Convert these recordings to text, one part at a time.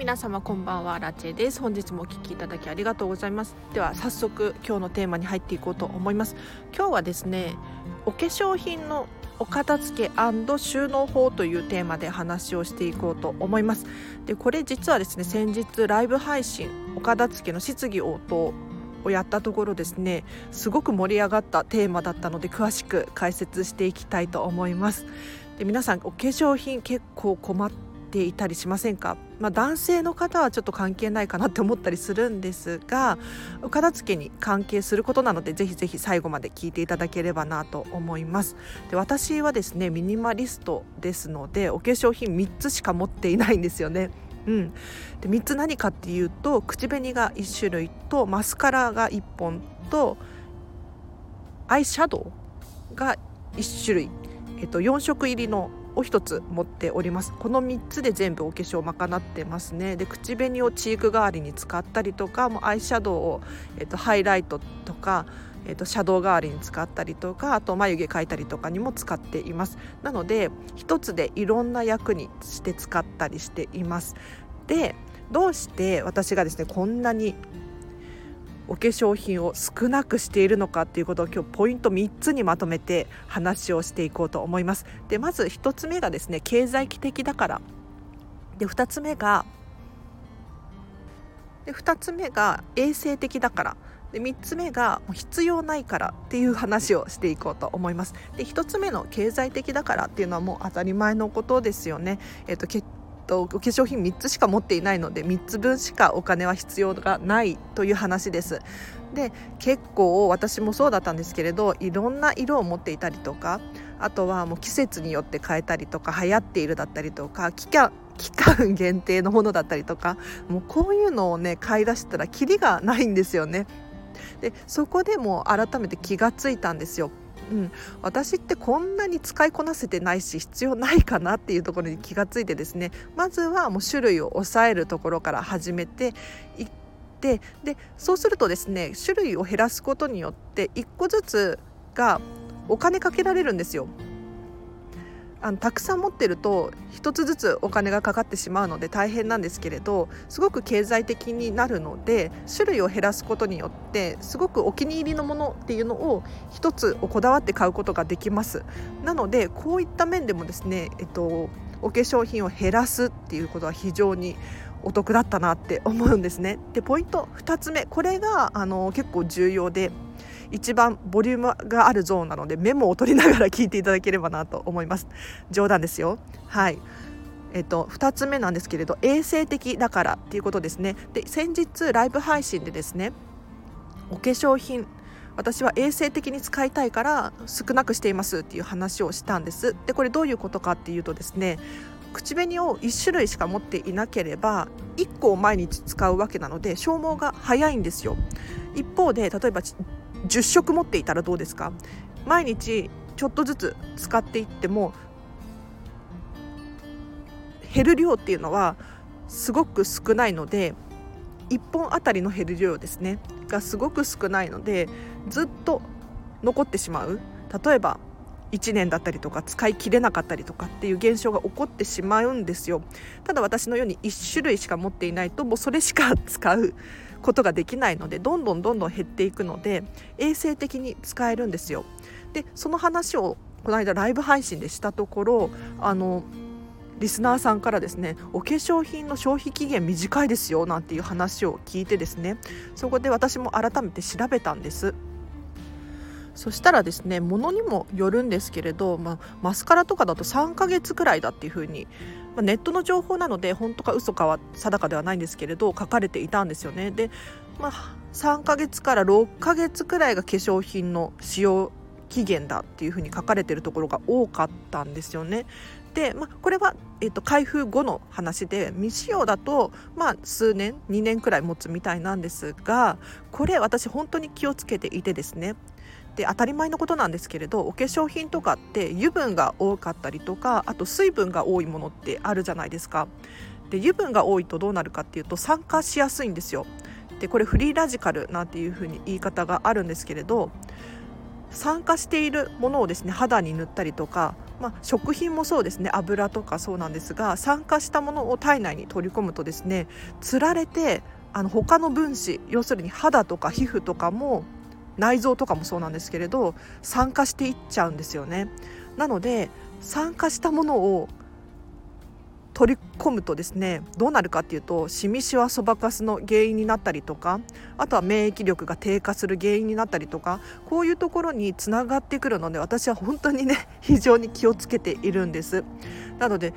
皆様こんばんは、ラチェです。本日もお聞きいただきありがとうございます。では早速今日のテーマに入っていこうと思います。今日はですね、お化粧品のお片付け&収納法というテーマで話をしていこうと思います。でこれ実はですね、先日ライブ配信お片付けの質疑応答をやったところですね、すごく盛り上がったテーマだったので詳しく解説していきたいと思います。で皆さんお化粧品結構困っていたりしませんか？男性の方はちょっと関係ないかなって思ったりするんですが、お片付けに関係することなのでぜひぜひ最後まで聞いていただければなと思います。で私はですねミニマリストですので、お化粧品3つしか持っていないんですよね。で3つ何かっていうと、口紅が1種類とマスカラが1本とアイシャドウが1種類、4色入りのを1つ持っております。この3つで全部お化粧を賄ってますね。で口紅をチーク代わりに使ったりとか、もうアイシャドウを、ハイライトとか、シャドウ代わりに使ったりとか、あと眉毛描いたりとかにも使っています。なので1つでいろんな役にして使ったりしています。でどうして私がですねこんなにお化粧品を少なくしているのかっていうことを今日ポイント3つにまとめて話をしていこうと思います。でまず1つ目がですね、経済的だから。で2つ目が衛生的だから。で3つ目が必要ないからっていう話をしていこうと思います。で1つ目の経済的だからっていうのはもう当たり前のことですよね。お化粧品3つしか持っていないので3つ分しかお金は必要がないという話です。で結構私もそうだったんですけれど、いろんな色を持っていたりとか、あとはもう季節によって変えたりとか、流行っているだったりとか、期間限定のものだったりとか、もうこういうのをね買い出したらキリがないんですよね。でそこでも改めて気がついたんですよ。私ってこんなに使いこなせてないし必要ないかなっていうところに気がついてですね、まずはもう種類を抑えるところから始めていって、でそうするとですね、種類を減らすことによって1個ずつがお金かけられるんですよ。たくさん持ってると1つずつお金がかかってしまうので大変なんですけれど、すごく経済的になるので、種類を減らすことによってすごくお気に入りのものっていうのを1つこだわって買うことができます。なのでこういった面でもですね、お化粧品を減らすっていうことは非常にお得だったなって思うんですね。でポイント2つ目、これが結構重要で一番ボリュームがあるゾーンなので、メモを取りながら聞いていただければなと思います。冗談ですよ。はい。2つ目なんですけれど、衛生的だからっていうことですね。で先日ライブ配信でですね、お化粧品私は衛生的に使いたいから少なくしていますっていう話をしたんです。でこれどういうことかっていうとですね、口紅を1種類しか持っていなければ1個を毎日使うわけなので消耗が早いんですよ。一方で例えば10色持っていたらどうですか？毎日ちょっとずつ使っていっても減る量っていうのはすごく少ないので、1本あたりの減る量ですねがすごく少ないので、ずっと残ってしまう、例えば1年だったりとか使い切れなかったりとかっていう現象が起こってしまうんですよ。ただ私のように1種類しか持っていないともうそれしか使うことができないので、どんどん減っていくので衛生的に使えるんですよ。でその話をこの間ライブ配信でしたところ、リスナーさんからですね、お化粧品の消費期限短いですよなんていう話を聞いてですね、そこで私も改めて調べたんです。そしたらですね、ものにもよるんですけれど、マスカラとかだと3ヶ月くらいだっていうふうに、ネットの情報なので本当か嘘かは定かではないんですけれど書かれていたんですよね。で、3ヶ月から6ヶ月くらいが化粧品の使用期限だっていうふうに書かれているところが多かったんですよね。で、これは、開封後の話で、未使用だと、数年2年くらい持つみたいなんですが、これ私本当に気をつけていてですね、で当たり前のことなんですけれど、お化粧品とかって油分が多かったりとか、あと水分が多いものってあるじゃないですか。で油分が多いとどうなるかっていうと酸化しやすいんですよ。でこれフリーラジカルなんていうふうに言い方があるんですけれど、酸化しているものをですね肌に塗ったりとか、 食品もそうですね、油とかそうなんですが、酸化したものを体内に取り込むとですね、つられて他の分子、要するに肌とか皮膚とかも内臓とかもそうなんですけれど、酸化していっちゃうんですよね。なので酸化したものを取り込むとですね、どうなるかっていうと、シミシワそばかすの原因になったりとか、あとは免疫力が低下する原因になったりとか、こういうところにつながってくるので、私は本当にね非常に気をつけているんです。なので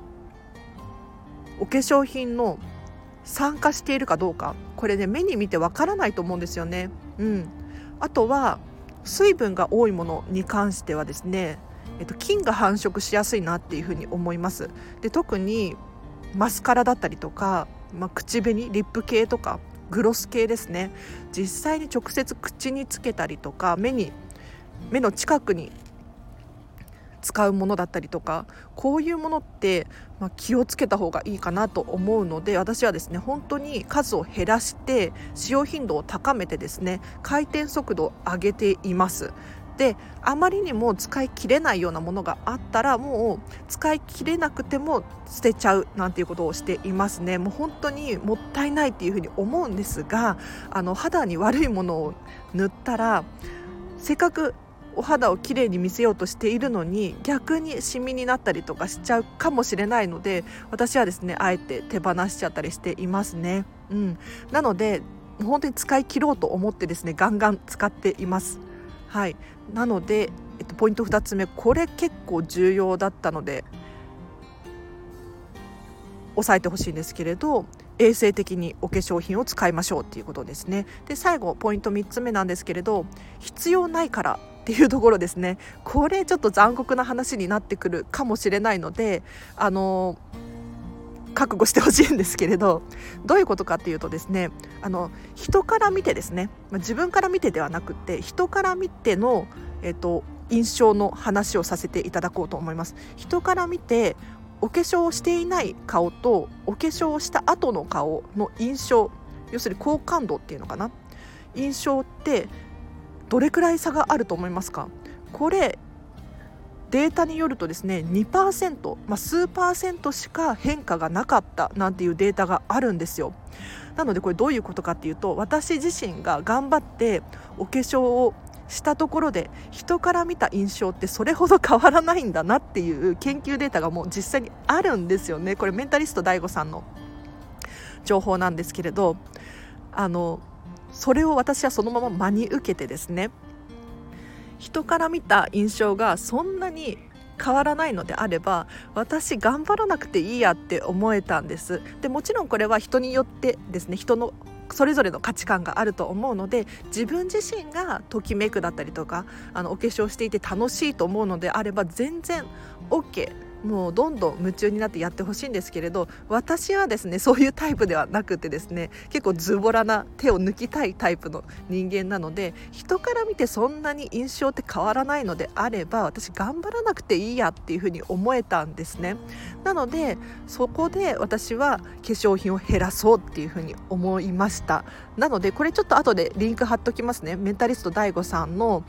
お化粧品の酸化しているかどうか、これね目に見てわからないと思うんですよね。あとは水分が多いものに関してはですね、菌が繁殖しやすいなっていうふうに思います。で、特にマスカラだったりとか、口紅、リップ系とかグロス系ですね、実際に直接口につけたりとか、目の近くに使うものだったりとか、こういうものって、気をつけた方がいいかなと思うので、私はですね本当に数を減らして使用頻度を高めてですね、回転速度を上げています。で、あまりにも使い切れないようなものがあったら、もう使い切れなくても捨てちゃうなんていうことをしていますね。もう本当にもったいないっていうふうに思うんですが、肌に悪いものを塗ったら、せっかくお肌をきれいに見せようとしているのに、逆にシミになったりとかしちゃうかもしれないので、私はですねあえて手放しちゃったりしていますね。なので本当に使い切ろうと思ってですね、ガンガン使っています。はい、なので、ポイント2つ目、これ結構重要だったので押さえてほしいんですけれど、衛生的にお化粧品を使いましょうっていうことですね。で、最後ポイント3つ目なんですけれど、必要ないからっていうところですね。これちょっと残酷な話になってくるかもしれないので、覚悟してほしいんですけれど、どういうことかっていうとですね、人から見てですね、自分から見てではなくて人から見ての、印象の話をさせていただこうと思います。人から見てお化粧をしていない顔とお化粧をした後の顔の印象、要するに好感度っていうのかな、印象ってどれくらい差があると思いますか？これデータによるとですね 2%、数パーセントしか変化がなかったなんていうデータがあるんですよ。なのでこれどういうことかっていうと、私自身が頑張ってお化粧をしたところで人から見た印象ってそれほど変わらないんだなっていう研究データがもう実際にあるんですよね。これメンタリスト DAIGO さんの情報なんですけれど、それを私はそのまま真に受けてですね、人から見た印象がそんなに変わらないのであれば、私頑張らなくていいやって思えたんです。で、もちろんこれは人によってですね、人のそれぞれの価値観があると思うので、自分自身がときめくだったりとか、お化粧していて楽しいと思うのであれば全然 OK、もうどんどん夢中になってやってほしいんですけれど、私はですねそういうタイプではなくてですね、結構ズボラな手を抜きたいタイプの人間なので、人から見てそんなに印象って変わらないのであれば、私頑張らなくていいやっていうふうに思えたんですね。なのでそこで私は化粧品を減らそうっていうふうに思いました。なのでこれちょっと後でリンク貼っときますね。メンタリスト DAIGO さんの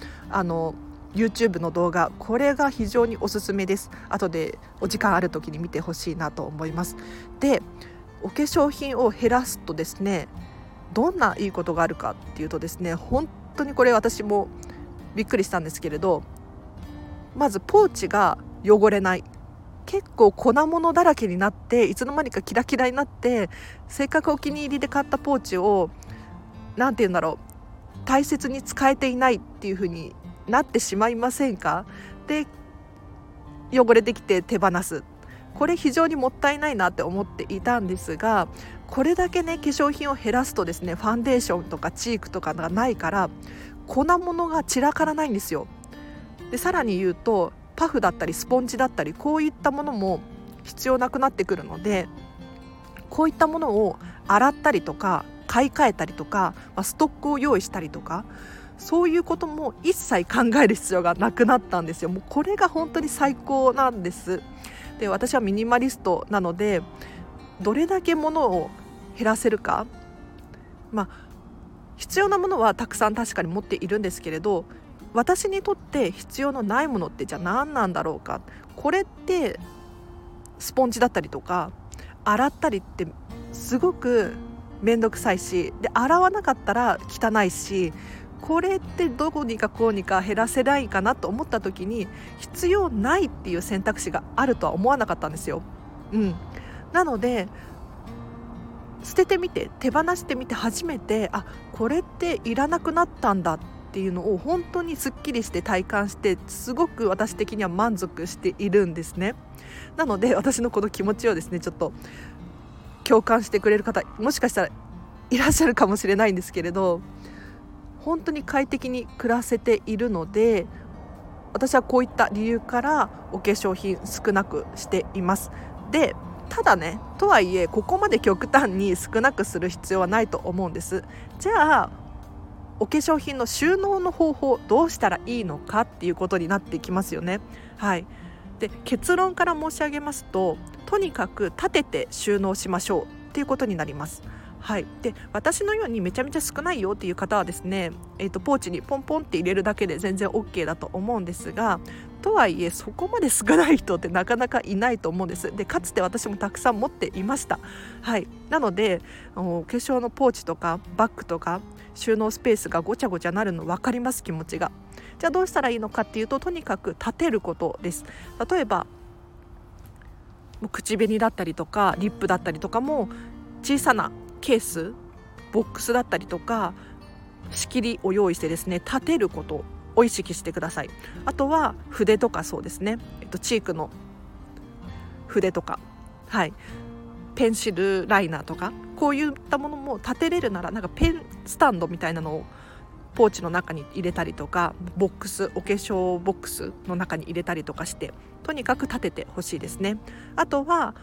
YouTube の動画、これが非常におすすめです。後でお時間ある時に見てほしいなと思います。で、お化粧品を減らすとですね、どんないいことがあるかっていうとですね、本当にこれ私もびっくりしたんですけれど、まずポーチが汚れない。結構粉物だらけになっていつの間にかキラキラになって、せっかくお気に入りで買ったポーチをなんて言うんだろう、大切に使えていないっていう風になってしまいませんか？で、汚れてきて手放す、これ非常にもったいないなって思っていたんですが、これだけね化粧品を減らすとですね、ファンデーションとかチークとかがないから粉物が散らからないんですよ。で、さらに言うとパフだったりスポンジだったり、こういったものも必要なくなってくるので、こういったものを洗ったりとか買い替えたりとか、ストックを用意したりとか、そういうことも一切考える必要がなくなったんですよ。もうこれが本当に最高なんです。で、私はミニマリストなので、どれだけ物を減らせるか、必要なものはたくさん確かに持っているんですけれど、 私にとって必要のないものってじゃあ何なんだろうか。これってスポンジだったりとか洗ったりってすごくめんどくさいし、で洗わなかったら汚いし、これってどこにかこうにか減らせないかなと思った時に、必要ないっていう選択肢があるとは思わなかったんですよ。なので捨ててみて、手放してみて初めて、これっていらなくなったんだっていうのを本当にすっきりして体感して、すごく私的には満足しているんですね。なので私のこの気持ちをですね、ちょっと共感してくれる方もしかしたらいらっしゃるかもしれないんですけれど、本当に快適に暮らせているので、私はこういった理由からお化粧品少なくしています。でただね、とはいえここまで極端に少なくする必要はないと思うんです。じゃあお化粧品の収納の方法どうしたらいいのかっていうことになってきますよね。で結論から申し上げますと、とにかく立てて収納しましょうっていうことになります。で私のようにめちゃめちゃ少ないよっていう方はですね、ポーチにポンポンって入れるだけで全然 OK だと思うんですが、とはいえそこまで少ない人ってなかなかいないと思うんです。でかつて私もたくさん持っていました。なのでお化粧のポーチとかバッグとか収納スペースがごちゃごちゃなるの分かります、気持ちが。じゃあどうしたらいいのかっていうと、とにかく立てることです。例えば口紅だったりとかリップだったりとかも小さなケースボックスだったりとか仕切りを用意してですね、立てることを意識してください。あとは筆とかそうですね、チークの筆とか、ペンシルライナーとかこういったものも立てれるなら、なんかペンスタンドみたいなのをポーチの中に入れたりとか、ボックスお化粧ボックスの中に入れたりとかして、とにかく立ててほしいですね。あとは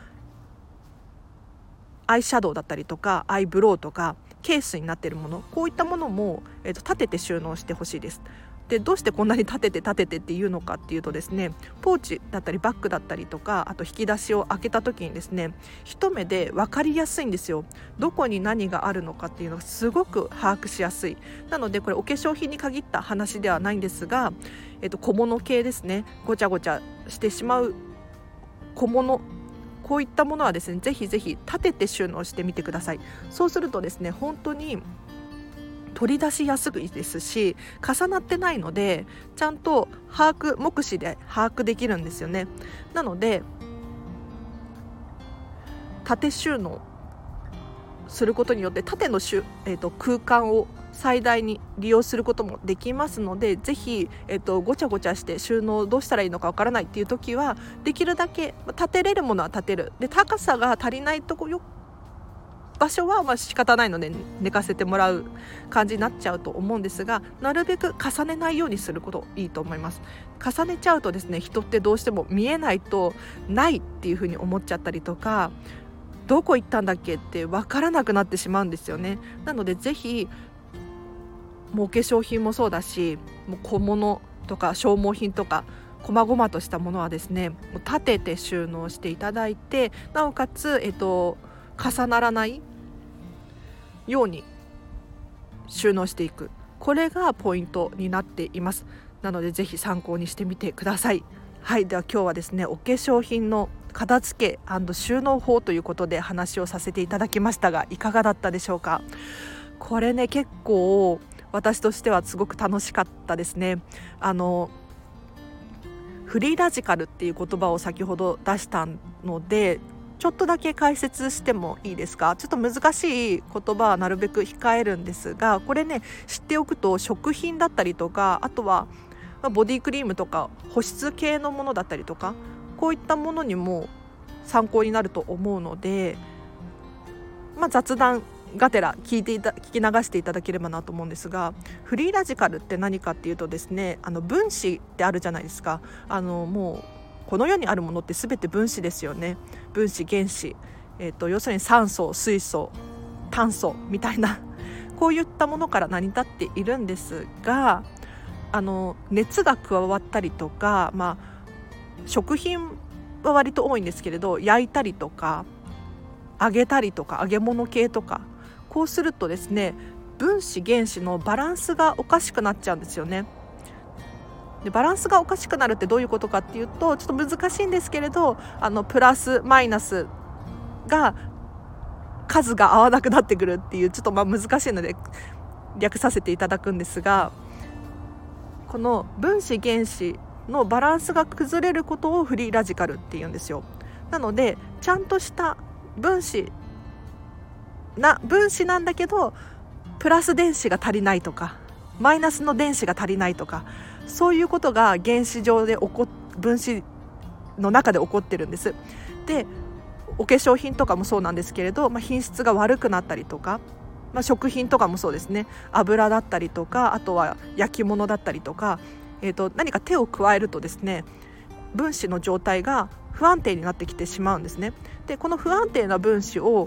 アイシャドウだったりとかアイブロウとかケースになっているもの、こういったものも、立てて収納してほしいです。でどうしてこんなに立ててっていうのかっていうとですね、ポーチだったりバッグだったりとか、あと引き出しを開けた時にですね、一目で分かりやすいんですよ。どこに何があるのかっていうのがすごく把握しやすい。なのでこれお化粧品に限った話ではないんですが、小物系ですね、ごちゃごちゃしてしまう小物、こういったものはですね、ぜひぜひ立てて収納してみてください。そうするとですね、本当に取り出しやすいですし、重なってないのでちゃんと目視で把握できるんですよね。なので縦収納することによって縦の空間を最大に利用することもできますので、ぜひ、ごちゃごちゃして収納どうしたらいいのかわからないっていう時は、できるだけ立てれるものは立てる。で高さが足りない場所は仕方ないので寝かせてもらう感じになっちゃうと思うんですが、なるべく重ねないようにすることいいと思います。重ねちゃうとですね、人ってどうしても見えないとないっていう風に思っちゃったりとか、どこ行ったんだっけって分からなくなってしまうんですよね。なのでぜひもうお化粧品もそうだし、もう小物とか消耗品とか細々としたものはですね、もう立てて収納していただいて、なおかつ、重ならないように収納していく、これがポイントになっています。なのでぜひ参考にしてみてください。では今日はですね、お化粧品の片付け&収納法ということで話をさせていただきましたが、いかがだったでしょうか。これね、結構私としてはすごく楽しかったですね。フリーラジカルっていう言葉を先ほど出したので、ちょっとだけ解説してもいいですか。ちょっと難しい言葉はなるべく控えるんですが、これね、知っておくと食品だったりとか、あとはボディクリームとか保湿系のものだったりとか、こういったものにも参考になると思うので、雑談がてら聞き流していただければなと思うんですが、フリーラジカルって何かっていうとですね、分子ってあるじゃないですか。もうこの世にあるものって全て分子ですよね。分子原子、要するに酸素水素炭素みたいなこういったものから成り立っているんですが、熱が加わったりとか、食品は割と多いんですけれど、焼いたりとか揚げたりとか揚げ物系とか、こうするとですね、分子原子のバランスがおかしくなっちゃうんですよね。 でバランスがおかしくなるってどういうことかっていうと、ちょっと難しいんですけれど、プラスマイナスが数が合わなくなってくるっていう、ちょっと難しいので略させていただくんですが、この分子原子のバランスが崩れることをフリーラジカルっていうんですよ。なのでちゃんとした分子なんだけどプラス電子が足りないとかマイナスの電子が足りないとか、そういうことが原子上で分子の中で起こってるんです。でお化粧品とかもそうなんですけれど、品質が悪くなったりとか、食品とかもそうですね、油だったりとか、あとは焼き物だったりとか、何か手を加えるとですね、分子の状態が不安定になってきてしまうんですね。でこの不安定な分子を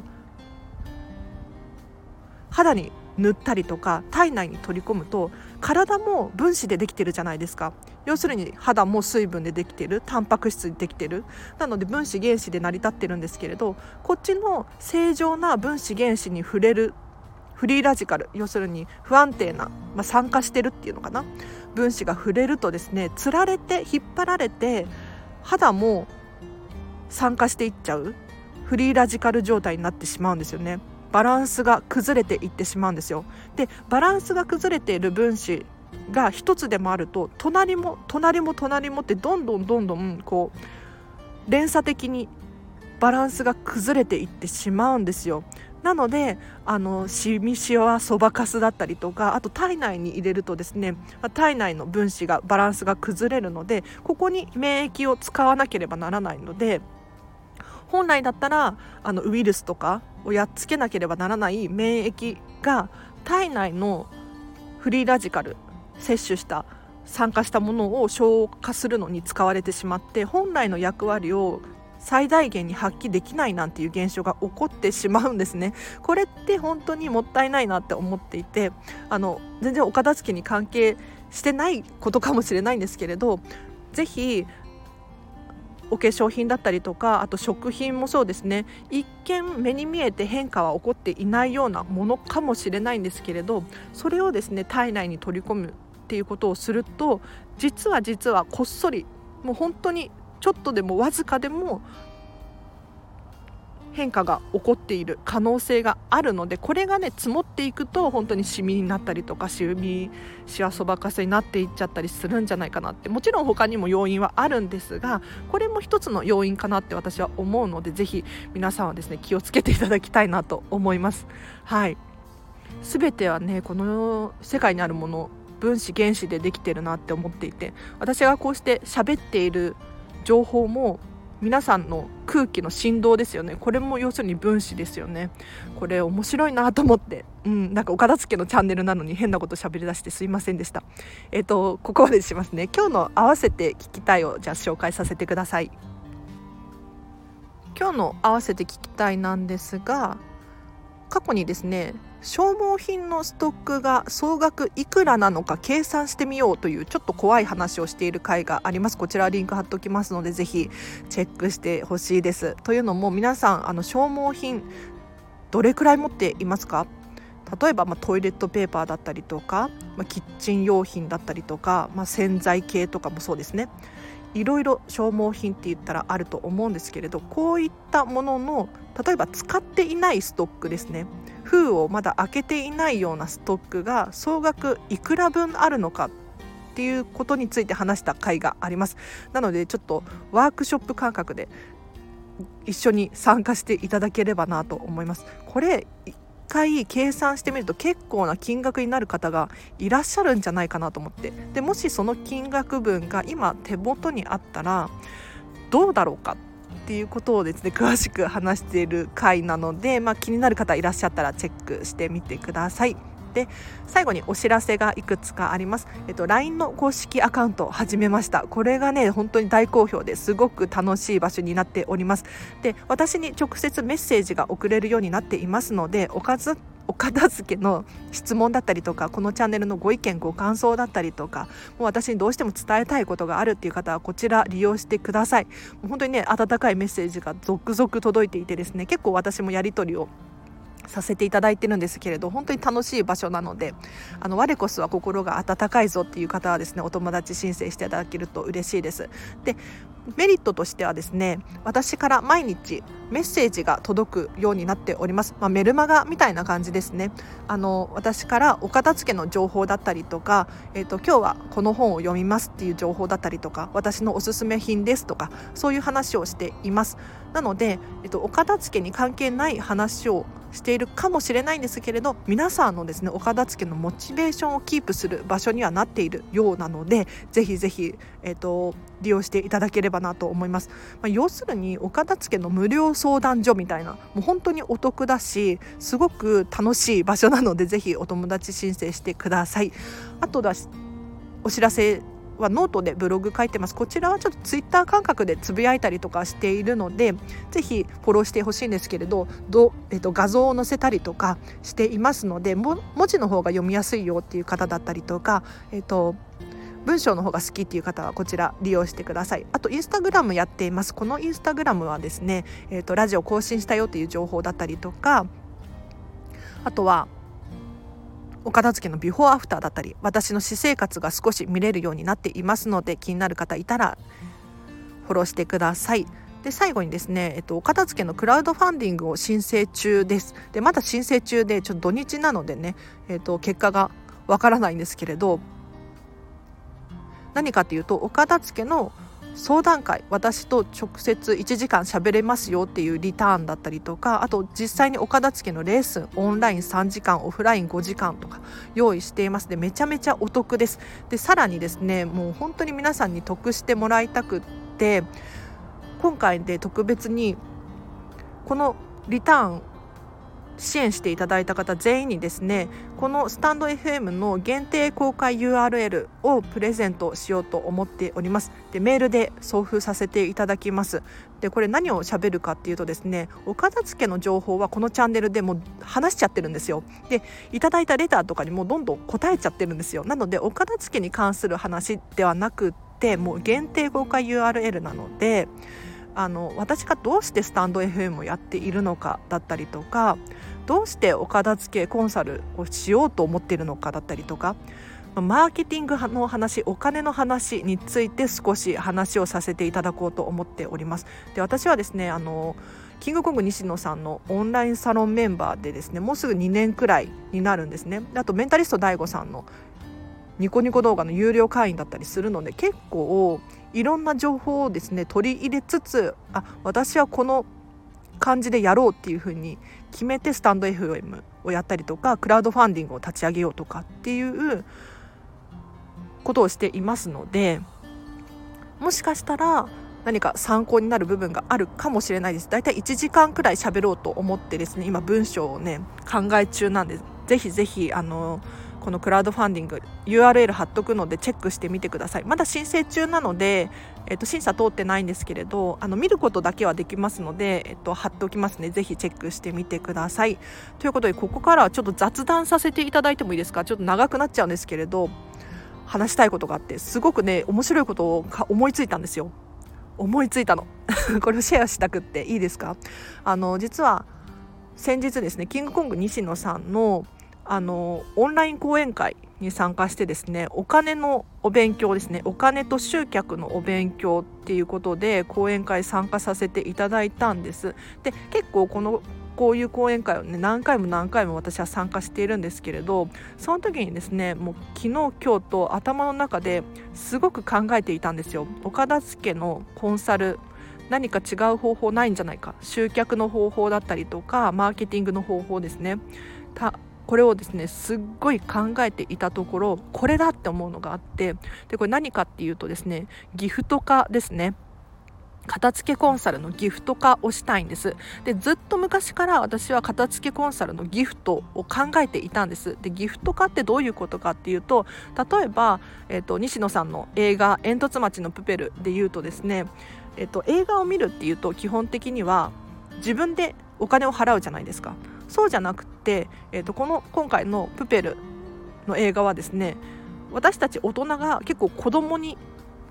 肌に塗ったりとか体内に取り込むと、体も分子でできてるじゃないですか。要するに肌も水分でできてる、タンパク質でできてる、なので分子原子で成り立ってるんですけれど、こっちの正常な分子原子に触れるフリーラジカル、要するに不安定な、酸化してるっていうのかな、分子が触れるとですね、つられて引っ張られて肌も酸化していっちゃうフリーラジカル状態になってしまうんですよね。バランスが崩れていってしまうんですよ。でバランスが崩れている分子が一つでもあると、隣もってどんどんこう連鎖的にバランスが崩れていってしまうんですよ。なのでシミシワそばかすだったりとか、あと体内に入れるとですね、体内の分子がバランスが崩れるので、ここに免疫を使わなければならないので、本来だったらウイルスとかをやっつけなければならない免疫が体内のフリーラジカル、摂取した酸化したものを消化するのに使われてしまって、本来の役割を最大限に発揮できないなんていう現象が起こってしまうんですね。これって本当にもったいないなって思っていて、全然お片付けに関係してないことかもしれないんですけれど、ぜひお化粧品だったりとか、あと食品もそうですね、一見目に見えて変化は起こっていないようなものかもしれないんですけれど、それをですね体内に取り込むっていうことをすると、実はこっそり、もう本当にちょっとでもわずかでも変化が起こっている可能性があるので、これがね積もっていくと本当にシミになったりとか、シワそばかすになっていっちゃったりするんじゃないかなって。もちろん他にも要因はあるんですが、これも一つの要因かなって私は思うので、ぜひ皆さんはですね気をつけていただきたいなと思います。はい、全てはねこの世界にあるもの、分子原子でできてるなって思っていて、私がこうして喋っている情報も皆さんの空気の振動ですよね。これも要するに分子ですよね。これ面白いなと思って、なんかお片付けのチャンネルなのに変なこと喋り出してすいませんでした。ここまでしますね。今日の合わせて聞きたいをじゃあ紹介させてください。今日の合わせて聞きたいなんですが、過去にですね消耗品のストックが総額いくらなのか計算してみようというちょっと怖い話をしている回があります。こちらリンク貼っておきますので、ぜひチェックしてほしいです。というのも、皆さん消耗品どれくらい持っていますか？例えば、トイレットペーパーだったりとか、キッチン用品だったりとか、洗剤系とかもそうですね。いろいろ消耗品って言ったらあると思うんですけれど、こういったものの例えば使っていないストックですね、封をまだ開けていないようなストックが総額いくら分あるのかっていうことについて話した回があります。なのでちょっとワークショップ感覚で一緒に参加していただければなと思います。これ一回計算してみると結構な金額になる方がいらっしゃるんじゃないかなと思って、でもしその金額分が今手元にあったらどうだろうかっていうことをですね詳しく話している回なので、気になる方いらっしゃったらチェックしてみてください。で最後にお知らせがいくつかあります。LINE の公式アカウントを始めました。これがね本当に大好評ですごく楽しい場所になっております。で私に直接メッセージが送れるようになっていますので、お片付けの質問だったりとか、このチャンネルのご意見ご感想だったりとか、もう私にどうしても伝えたいことがあるっていう方はこちら利用してください。もう本当にね温かいメッセージが続々届いていてですね、結構私もやり取りをさせていただいてるんですけれど、本当に楽しい場所なので、我こそは心が温かいぞっていう方はですね、お友達申請していただけると嬉しいです。で、メリットとしてはですね、私から毎日メッセージが届くようになっております。メルマガみたいな感じですね。私からお片付けの情報だったりとか、今日はこの本を読みますっていう情報だったりとか、私のおすすめ品ですとか、そういう話をしています。なので、お片付けに関係ない話をしているかもしれないんですけれど、皆さんのですね、お片付けのモチベーションをキープする場所にはなっているようなので、ぜひぜひ、利用していただければなと思います。要するにお片付けの無料相談所みたいな、もう本当にお得だし、すごく楽しい場所なので、ぜひお友達申請してください。あとだ、お知らせはノートでブログ書いてます。こちらはちょっとツイッター感覚でつぶやいたりとかしているので、ぜひフォローしてほしいんですけれど、画像を載せたりとかしていますので、文字の方が読みやすいよっていう方だったりとか、文章の方が好きっていう方はこちら利用してください。あとインスタグラムやっています。このインスタグラムはですね、ラジオ更新したよっていう情報だったりとか、あとはお片付けのビフォーアフターだったり、私の私生活が少し見れるようになっていますので、気になる方いたらフォローしてください。で、最後にですね、お片付けのクラウドファンディングを申請中です。で、まだ申請中で、ちょっと土日なのでね、結果がわからないんですけれど、何かっていうと、お片付けの相談会、私と直接1時間喋れますよっていうリターンだったりとか、あと実際にお片付けのレッスン、オンライン3時間オフライン5時間とか用意しています。で、めちゃめちゃお得です。で、さらにですね、もう本当に皆さんに得してもらいたくって、今回で特別にこのリターン支援していただいた方全員にですね、このスタンド FM の限定公開 URL をプレゼントしようと思っております。で、メールで送付させていただきます。で、これ何を喋るかっていうとですね、お片付けの情報はこのチャンネルでもう話しちゃってるんですよ。で、いただいたレターとかにもどんどん答えちゃってるんですよ。なので、お片付けに関する話ではなくって、もう限定公開 URL なので、私がどうしてスタンド FM をやっているのかだったりとか、どうしてお片付けコンサルをしようと思っているのかだったりとか、マーケティングの話、お金の話について少し話をさせていただこうと思っております。で、私はですね、キングコング西野さんのオンラインサロンメンバーでですね、もうすぐ2年くらいになるんですね。あとメンタリスト DAIGO さんのニコニコ動画の有料会員だったりするので、結構いろんな情報をですね取り入れつつ、私はこの感じでやろうっていう風に決めてスタンド FM をやったりとか、クラウドファンディングを立ち上げようとかっていうことをしていますので、もしかしたら何か参考になる部分があるかもしれないです。だいたい1時間くらい喋ろうと思ってですね、今文章をね考え中なんで、ぜひぜひこのクラウドファンディング URL 貼っとくのでチェックしてみてください。まだ申請中なので、審査通ってないんですけれど、見ることだけはできますので、貼っておきますね。ぜひチェックしてみてください。ということで、ここからはちょっと雑談させていただいてもいいですか。ちょっと長くなっちゃうんですけれど、話したいことがあって、すごくね面白いことを思いついたんですよ。思いついたのこれをシェアしたくっていいですか。実は先日ですね、キングコング西野さんのオンライン講演会に参加してですね、お金のお勉強ですね、お金と集客のお勉強っていうことで講演会参加させていただいたんです。で、結構こういう講演会をね何回も私は参加しているんですけれど、その時にですね、もう昨日今日と頭の中ですごく考えていたんですよ。お片付けのコンサル、何か違う方法ないんじゃないか、集客の方法だったりとかマーケティングの方法ですね、これをですねすっごい考えていたところ、これだって思うのがあって、でこれ何かっていうとですね、ギフト化ですね。片付けコンサルのギフト化をしたいんです。で、ずっと昔から私は片付けコンサルのギフトを考えていたんです。で、ギフト化ってどういうことかっていうと、例えば、西野さんの映画煙突町のプペルで言うとですね、映画を見るっていうと基本的には自分でお金を払うじゃないですか。そうじゃなくて、今回のプペルの映画はですね、私たち大人が結構子供に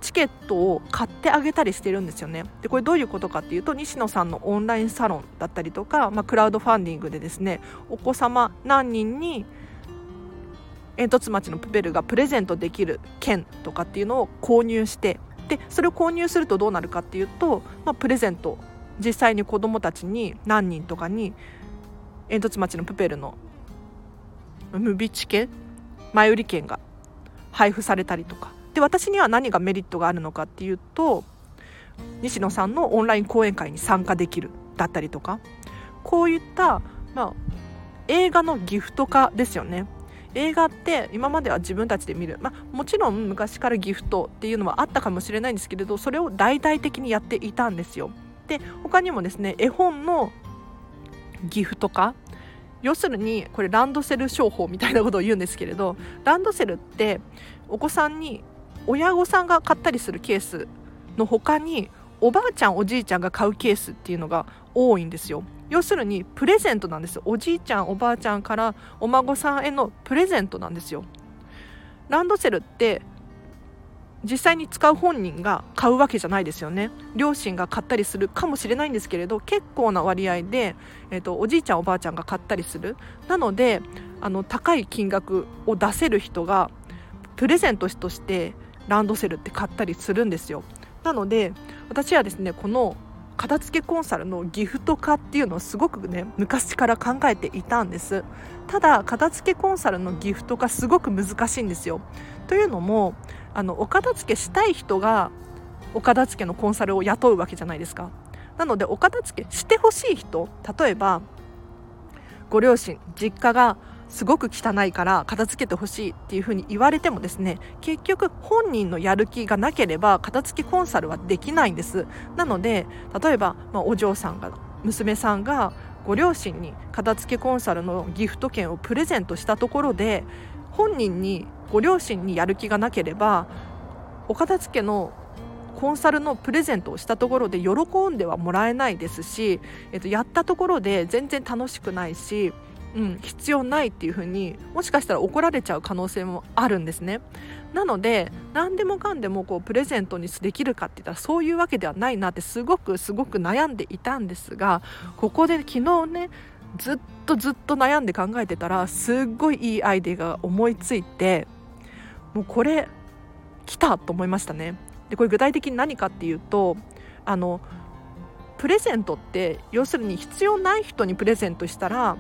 チケットを買ってあげたりしてるんですよね。でこれどういうことかっていうと、西野さんのオンラインサロンだったりとか、クラウドファンディングでですね、お子様何人に煙突町のプペルがプレゼントできる券とかっていうのを購入して、でそれを購入するとどうなるかっていうと、プレゼント、実際に子どもたちに何人とかに煙突町のプペルの無備チケ前売り券が配布されたりとかで、私には何がメリットがあるのかっていうと、西野さんのオンライン講演会に参加できるだったりとか、こういった、映画のギフト化ですよね。映画って今までは自分たちで見る、もちろん昔からギフトっていうのはあったかもしれないんですけれど、それを大々的にやっていたんですよ。で他にもですね、絵本のギフト化、要するにこれランドセル商法みたいなことを言うんですけれど、ランドセルってお子さんに親御さんが買ったりするケースの他に、おばあちゃんおじいちゃんが買うケースっていうのが多いんですよ。要するにプレゼントなんです。おじいちゃんおばあちゃんからお孫さんへのプレゼントなんですよ。ランドセルって実際に使う本人が買うわけじゃないですよね。両親が買ったりするかもしれないんですけれど、結構な割合で、おじいちゃんおばあちゃんが買ったりする。なので高い金額を出せる人がプレゼントとしてランドセルって買ったりするんですよ。なので私はですね、この片付けコンサルのギフト化っていうのをすごくね、昔から考えていたんです。ただ片付けコンサルのギフト化すごく難しいんですよ。というのもお片付けしたい人がお片付けのコンサルを雇うわけじゃないですか。なのでお片付けしてほしい人、例えばご両親実家がすごく汚いから片付けてほしいっていうふうに言われてもですね、結局本人のやる気がなければ片付けコンサルはできないんです。なので例えば、お嬢さんが娘さんがご両親に片付けコンサルのギフト券をプレゼントしたところで、本人にご両親にやる気がなければお片付けのコンサルのプレゼントをしたところで喜んではもらえないですし、やったところで全然楽しくないし、必要ないっていうふうにもしかしたら怒られちゃう可能性もあるんですね。なので何でもかんでもプレゼントにできるかって言ったらそういうわけではないなってすごく悩んでいたんですが、ここで昨日ね、ずっと悩んで考えてたらすっごいいいアイデアが思いついて、もうこれ来たと思いましたね。でこれ具体的に何かっていうと、プレゼントって要するに必要ない人にプレゼントしたら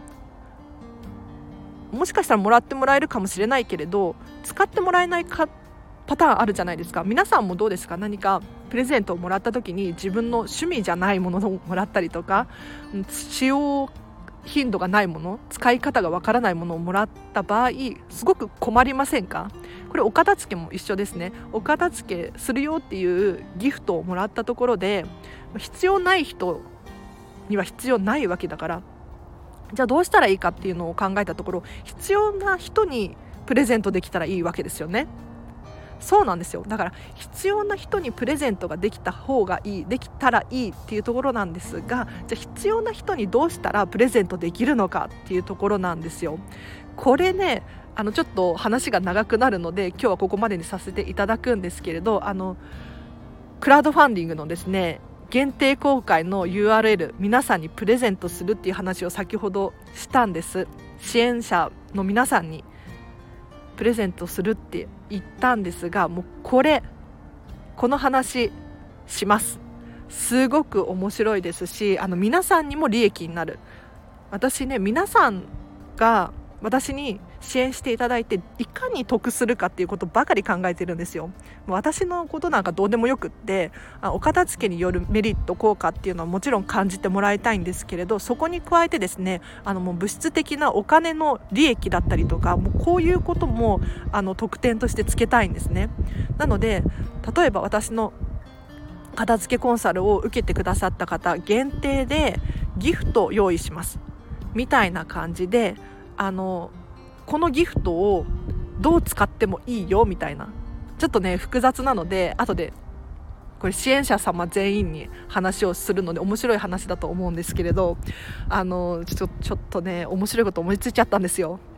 もしかしたらもらってもらえるかもしれないけれど使ってもらえないパターンあるじゃないですか。皆さんもどうですか？何かプレゼントをもらった時に自分の趣味じゃないものをもらったりとか、使用頻度がないもの、使い方がわからないものをもらった場合すごく困りませんか？これお片付けも一緒ですね。お片付けするよっていうギフトをもらったところで必要ない人には必要ないわけだから、じゃあどうしたらいいかっていうのを考えたところ、必要な人にプレゼントできたらいいわけですよね。そうなんですよ。だから必要な人にプレゼントができたらいいっていうところなんですが、じゃあ必要な人にどうしたらプレゼントできるのかっていうところなんですよ。これね、ちょっと話が長くなるので今日はここまでにさせていただくんですけれど、クラウドファンディングのですね限定公開の URL 皆さんにプレゼントするっていう話を先ほどしたんです。支援者の皆さんにプレゼントするって言ったんですが、もうこの話します。すごく面白いですし、皆さんにも利益になる。私ね、皆さんが私に支援していただいていかに得するかっていうことばかり考えてるんですよ。私のことなんかどうでもよくって、お片付けによるメリット効果っていうのはもちろん感じてもらいたいんですけれど、そこに加えてですね、もう物質的なお金の利益だったりとか、もうこういうことも特典としてつけたいんですね。なので例えば私の片付けコンサルを受けてくださった方限定でギフトを用意しますみたいな感じで、このギフトをどう使ってもいいよみたいな、ちょっとね複雑なので後でこれ支援者様全員に話をするので面白い話だと思うんですけれど、ちょっとね面白いこと思いついちゃったんですよ。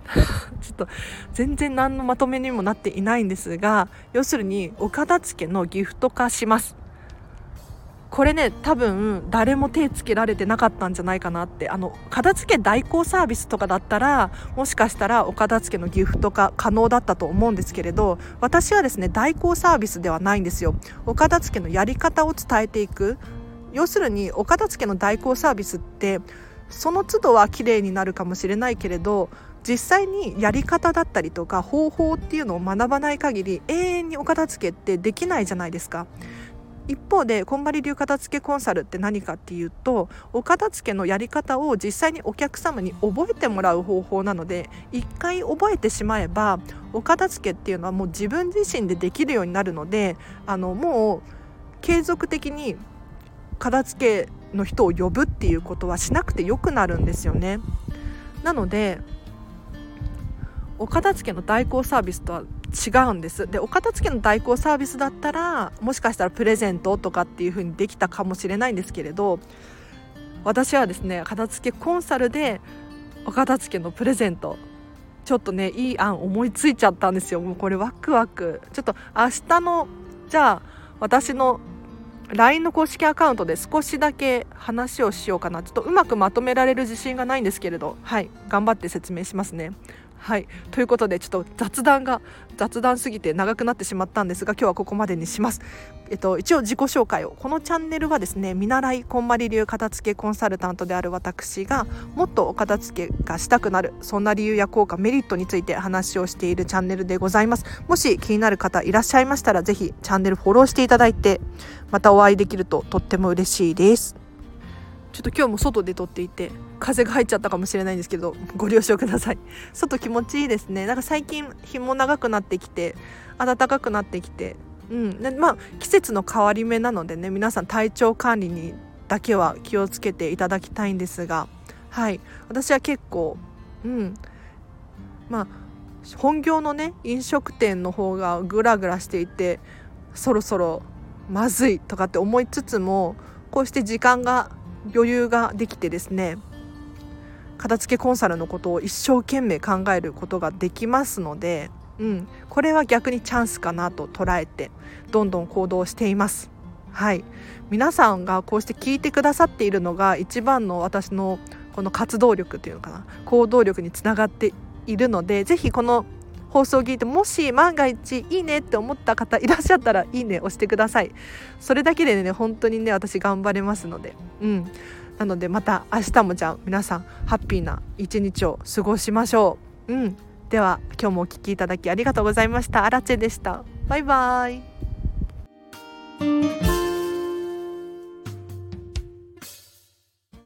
ちょっと全然何のまとめにもなっていないんですが、要するにお片付けのギフト化します。これね、多分誰も手つけられてなかったんじゃないかなって。片付け代行サービスとかだったら、もしかしたらお片付けのギフト化可能だったと思うんですけれど、私はですね、代行サービスではないんですよ。お片付けのやり方を伝えていく。要するにお片付けの代行サービスって、その都度は綺麗になるかもしれないけれど、実際にやり方だったりとか方法っていうのを学ばない限り、永遠にお片付けってできないじゃないですか。一方でこんまり流片付けコンサルって何かっていうと、お片付けのやり方を実際にお客様に覚えてもらう方法なので、一回覚えてしまえばお片付けっていうのはもう自分自身でできるようになるので、もう継続的に片付けの人を呼ぶっていうことはしなくてよくなるんですよね。なのでお片付けの代行サービスとは違うんです。で、お片付けの代行サービスだったら、もしかしたらプレゼントとかっていう風にできたかもしれないんですけれど、私はですね、片付けコンサルでお片付けのプレゼント、ちょっとね、いい案思いついちゃったんですよ。もうこれワクワク。ちょっと明日の、じゃあ私の LINE の公式アカウントで少しだけ話をしようかな。ちょっとうまくまとめられる自信がないんですけれど、はい、頑張って説明しますね。はい、ということで、ちょっと雑談すぎて長くなってしまったんですが、今日はここまでにします。一応自己紹介を。このチャンネルはですね、見習いこんまり流片付けコンサルタントである私が、もっとお片付けがしたくなる、そんな理由や効果、メリットについて話をしているチャンネルでございます。もし気になる方いらっしゃいましたら、ぜひチャンネルフォローしていただいて、またお会いできるととっても嬉しいです。ちょっと今日も外で撮っていて風が入っちゃったかもしれないんですけど、ご了承ください。外気持ちいいですね。なんか最近日も長くなってきて暖かくなってきて、季節の変わり目なのでね、皆さん体調管理にだけは気をつけていただきたいんですが、はい、私は結構本業のね、飲食店の方がグラグラしていて、そろそろまずいとかって思いつつも、こうして時間が余裕ができてですね、片付けコンサルのことを一生懸命考えることができますので、これは逆にチャンスかなと捉えてどんどん行動しています。はい、皆さんがこうして聞いてくださっているのが一番の私のこの活動力というのかな、行動力につながっているので、ぜひこの放送を聞いて、もし万が一いいねって思った方いらっしゃったら、いいね押してください。それだけでね、本当にね、私頑張れますので、なのでまた明日もじゃあ皆さんハッピーな一日を過ごしましょう。では今日もお聞きいただきありがとうございました。アラチェでした。バイバイ。